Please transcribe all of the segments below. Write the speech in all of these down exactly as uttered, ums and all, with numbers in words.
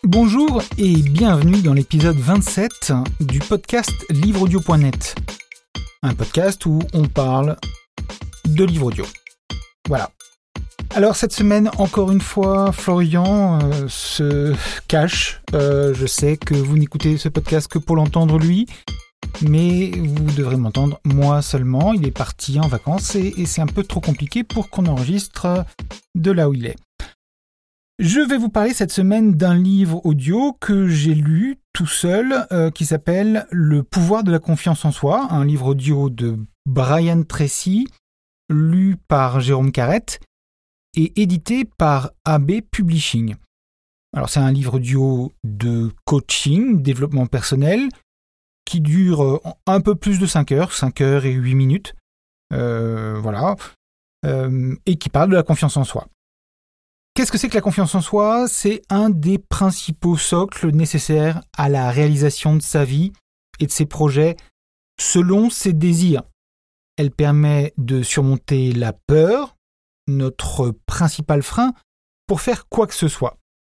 Bonjour et bienvenue dans l'épisode vingt-sept du podcast livre audio point net. Un podcast où on parle de livre audio. Voilà. Alors cette semaine, encore une fois, Florian euh, se cache. Euh, je sais que vous n'écoutez ce podcast que pour l'entendre lui, mais vous devrez m'entendre moi seulement. Il est parti en vacances et, et c'est un peu trop compliqué pour qu'on enregistre de là où il est. Je vais vous parler cette semaine d'un livre audio que j'ai lu tout seul, euh, qui s'appelle « Le pouvoir de la confiance en soi », un livre audio de Brian Tracy, lu par Jérôme Carrette et édité par A B Publishing. Alors c'est un livre audio de coaching, développement personnel, qui dure un peu plus de cinq heures, cinq heures et huit minutes, euh, voilà, euh, et qui parle de la confiance en soi. Qu'est-ce que c'est que la confiance en soi ? C'est un des principaux socles nécessaires à la réalisation de sa vie et de ses projets selon ses désirs. Elle permet de surmonter la peur, notre principal frein, pour faire quoi que ce soit.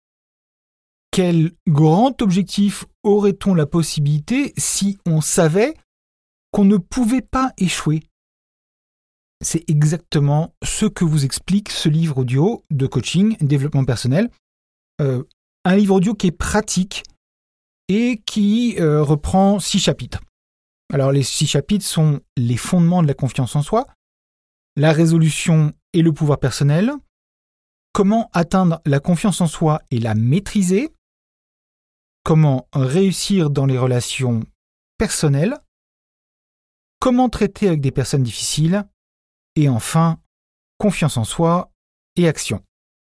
Quel grand objectif aurait-on la possibilité si on savait qu'on ne pouvait pas échouer ? C'est exactement ce que vous explique ce livre audio de coaching, développement personnel. Euh, un livre audio qui est pratique et qui euh, reprend six chapitres. Alors les six chapitres sont les fondements de la confiance en soi, la résolution et le pouvoir personnel, comment atteindre la confiance en soi et la maîtriser, comment réussir dans les relations personnelles, comment traiter avec des personnes difficiles, et enfin, confiance en soi et action.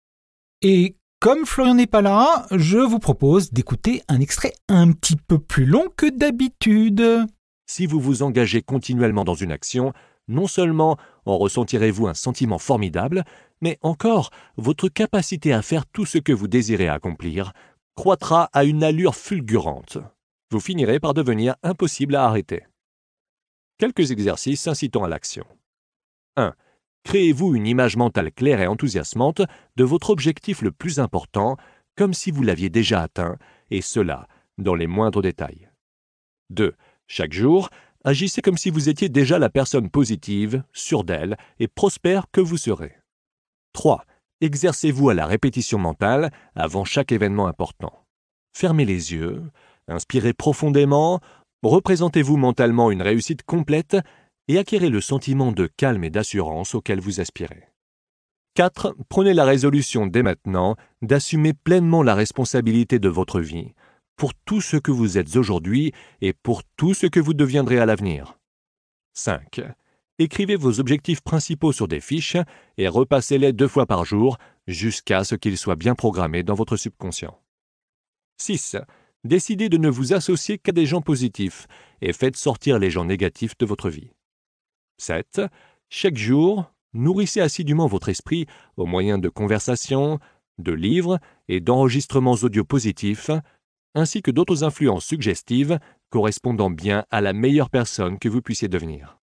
Et comme Florian n'est pas là, je vous propose d'écouter un extrait un petit peu plus long que d'habitude. Si vous vous engagez continuellement dans une action, non seulement en ressentirez-vous un sentiment formidable, mais encore, votre capacité à faire tout ce que vous désirez accomplir croîtra à une allure fulgurante. Vous finirez par devenir impossible à arrêter. Quelques exercices incitant à l'action. un. Créez-vous une image mentale claire et enthousiasmante de votre objectif le plus important, comme si vous l'aviez déjà atteint, et cela dans les moindres détails. deux. Chaque jour, agissez comme si vous étiez déjà la personne positive, sûre d'elle et prospère que vous serez. trois. Exercez-vous à la répétition mentale avant chaque événement important. Fermez les yeux, inspirez profondément, représentez-vous mentalement une réussite complète et acquérez le sentiment de calme et d'assurance auquel vous aspirez. quatre. Prenez la résolution dès maintenant d'assumer pleinement la responsabilité de votre vie pour tout ce que vous êtes aujourd'hui et pour tout ce que vous deviendrez à l'avenir. cinq. Écrivez vos objectifs principaux sur des fiches et repassez-les deux fois par jour jusqu'à ce qu'ils soient bien programmés dans votre subconscient. six. Décidez de ne vous associer qu'à des gens positifs et faites sortir les gens négatifs de votre vie. sept. Chaque jour, nourrissez assidûment votre esprit au moyen de conversations, de livres et d'enregistrements audio positifs, ainsi que d'autres influences suggestives correspondant bien à la meilleure personne que vous puissiez devenir.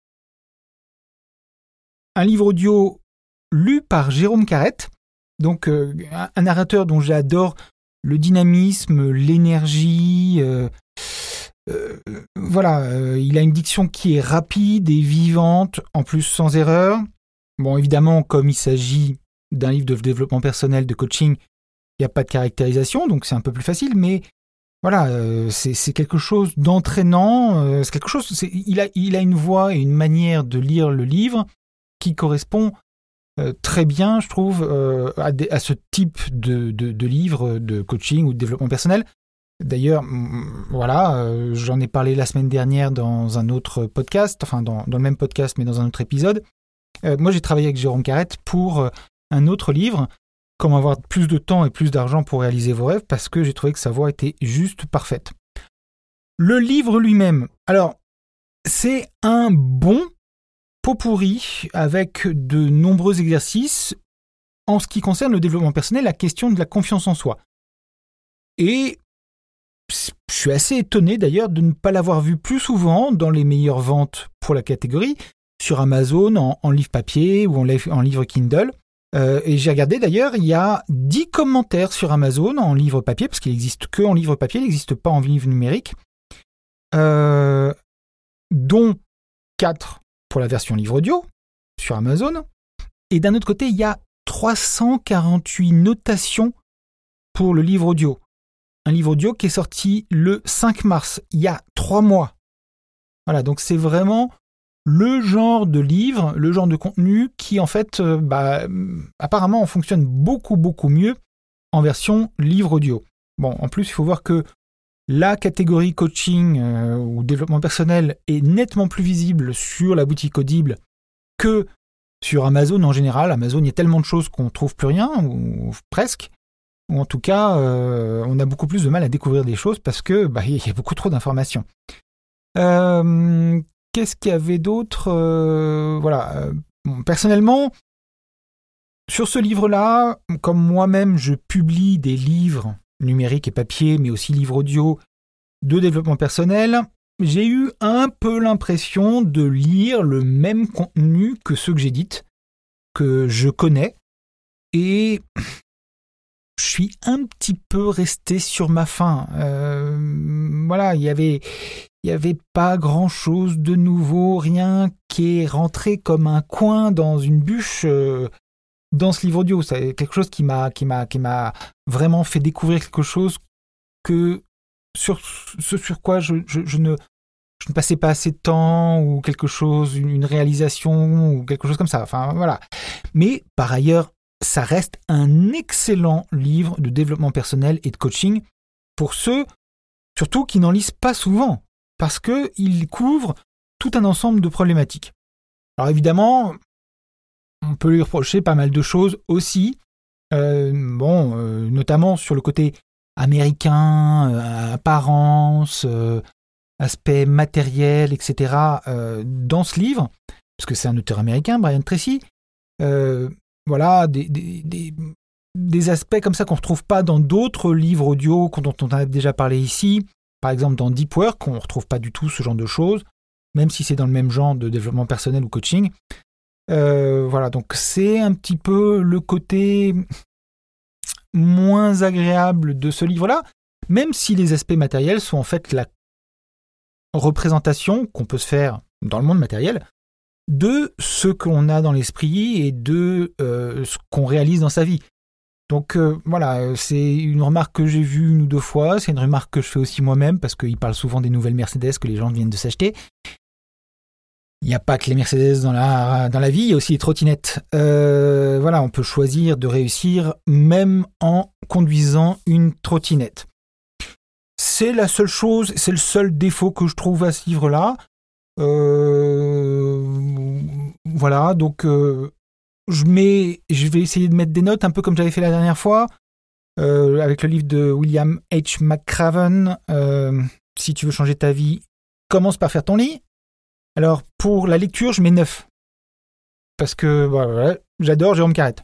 Un livre audio lu par Jérôme Carrette, donc euh, un narrateur dont j'adore le dynamisme, l'énergie. Euh, euh, voilà, euh, il a une diction qui est rapide et vivante, en plus sans erreur. Bon, évidemment, comme il s'agit d'un livre de développement personnel, de coaching, il n'y a pas de caractérisation, donc c'est un peu plus facile, mais voilà, euh, c'est, c'est quelque chose d'entraînant. Euh, c'est quelque chose. C'est, il a, il a une voix et une manière de lire le livre qui correspond euh, très bien, je trouve, euh, à, des, à ce type de, de, de livre de coaching ou de développement personnel. D'ailleurs, voilà, euh, j'en ai parlé la semaine dernière dans un autre podcast, enfin dans, dans le même podcast mais dans un autre épisode. Euh, moi, j'ai travaillé avec Jérôme Carrette pour euh, un autre livre, Comment avoir plus de temps et plus d'argent pour réaliser vos rêves, parce que j'ai trouvé que sa voix était juste parfaite. Le livre lui-même, alors, c'est un bon pot pourri avec de nombreux exercices en ce qui concerne le développement personnel, la question de la confiance en soi. Et je suis assez étonné d'ailleurs de ne pas l'avoir vu plus souvent dans les meilleures ventes pour la catégorie, sur Amazon, en, en livre papier ou en, en livre Kindle. Euh, et j'ai regardé d'ailleurs, il y a dix commentaires sur Amazon en livre papier, parce qu'il n'existe que en livre papier, il n'existe pas en livre numérique, euh, dont quatre pour la version livre audio sur Amazon. Et d'un autre côté, il y a trois cent quarante-huit notations pour le livre audio. Un livre audio qui est sorti le cinq mars, il y a trois mois. Voilà, donc c'est vraiment le genre de livre, le genre de contenu qui en fait, euh, bah, apparemment, fonctionne beaucoup, beaucoup mieux en version livre audio. Bon, en plus, il faut voir que la catégorie coaching euh, ou développement personnel est nettement plus visible sur la boutique Audible que sur Amazon en général. Amazon, il y a tellement de choses qu'on ne trouve plus rien, ou presque. Ou en tout cas, euh, on a beaucoup plus de mal à découvrir des choses parce que bah, y a beaucoup trop d'informations. Euh, qu'est-ce qu'il y avait d'autre euh, Voilà. Euh, bon, personnellement, sur ce livre-là, comme moi-même, je publie des livres numériques et papier, mais aussi livres audio de développement personnel, j'ai eu un peu l'impression de lire le même contenu que ceux que j'édite, que je connais, et je suis un petit peu resté sur ma faim. Euh, voilà, il y avait, il y avait pas grand-chose de nouveau, rien qui est rentré comme un coin dans une bûche euh, dans ce livre audio. C'est quelque chose qui m'a, qui m'a, qui m'a vraiment fait découvrir quelque chose que sur ce sur quoi je, je, je ne je ne passais pas assez de temps, ou quelque chose, une réalisation ou quelque chose comme ça. Enfin voilà. Mais par ailleurs, ça reste un excellent livre de développement personnel et de coaching pour ceux, surtout, qui n'en lisent pas souvent, parce qu'il couvre tout un ensemble de problématiques. Alors évidemment, on peut lui reprocher pas mal de choses aussi, euh, bon, euh, notamment sur le côté américain, euh, apparence, euh, aspect matériel, et cetera, euh, dans ce livre, parce que c'est un auteur américain, Brian Tracy, euh, voilà, des, des, des, des aspects comme ça qu'on ne retrouve pas dans d'autres livres audio dont on a déjà parlé ici. Par exemple, dans Deep Work, on ne retrouve pas du tout ce genre de choses, même si c'est dans le même genre de développement personnel ou coaching. Euh, voilà, donc c'est un petit peu le côté moins agréable de ce livre-là, même si les aspects matériels sont en fait la représentation qu'on peut se faire dans le monde matériel de ce qu'on a dans l'esprit et de euh, ce qu'on réalise dans sa vie. Donc euh, voilà, c'est une remarque que j'ai vue une ou deux fois, c'est une remarque que je fais aussi moi-même, parce qu'il parle souvent des nouvelles Mercedes que les gens viennent de s'acheter. Il n'y a pas que les Mercedes dans la, dans la vie, il y a aussi les trottinettes. Euh, voilà, on peut choisir de réussir même en conduisant une trottinette. C'est la seule chose, c'est le seul défaut que je trouve à ce livre-là. Euh, voilà, donc euh, je mets, je vais essayer de mettre des notes un peu comme j'avais fait la dernière fois euh, avec le livre de William H. McRaven. Euh, si tu veux changer ta vie, commence par faire ton lit. Alors pour la lecture, je mets neuf parce que voilà, j'adore Jérôme Carrette.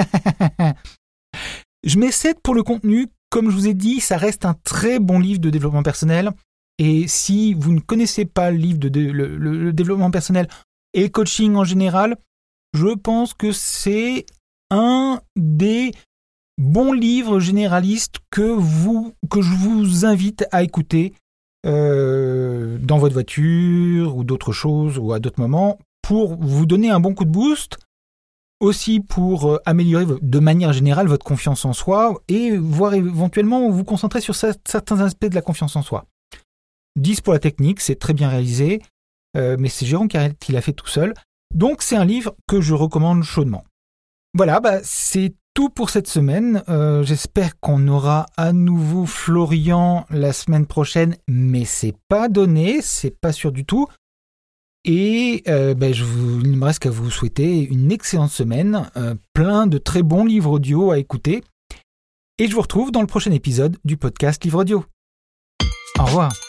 Je mets sept pour le contenu. Comme je vous ai dit, ça reste un très bon livre de développement personnel. Et si vous ne connaissez pas le livre de dé- le, le, le développement personnel et le coaching en général, je pense que c'est un des bons livres généralistes que, vous, que je vous invite à écouter euh, dans votre voiture ou d'autres choses ou à d'autres moments pour vous donner un bon coup de boost, aussi pour améliorer de manière générale votre confiance en soi et voire éventuellement vous concentrer sur certains aspects de la confiance en soi. dix pour la technique, c'est très bien réalisé, euh, mais c'est Jérôme Carrette qui l'a fait tout seul. Donc c'est un livre que je recommande chaudement. Voilà, bah, c'est tout pour cette semaine. Euh, j'espère qu'on aura à nouveau Florian la semaine prochaine, mais c'est pas donné, c'est pas sûr du tout. Et euh, bah, je vous, il ne me reste qu'à vous souhaiter une excellente semaine, euh, plein de très bons livres audio à écouter. Et je vous retrouve dans le prochain épisode du podcast Livre Audio. Au revoir.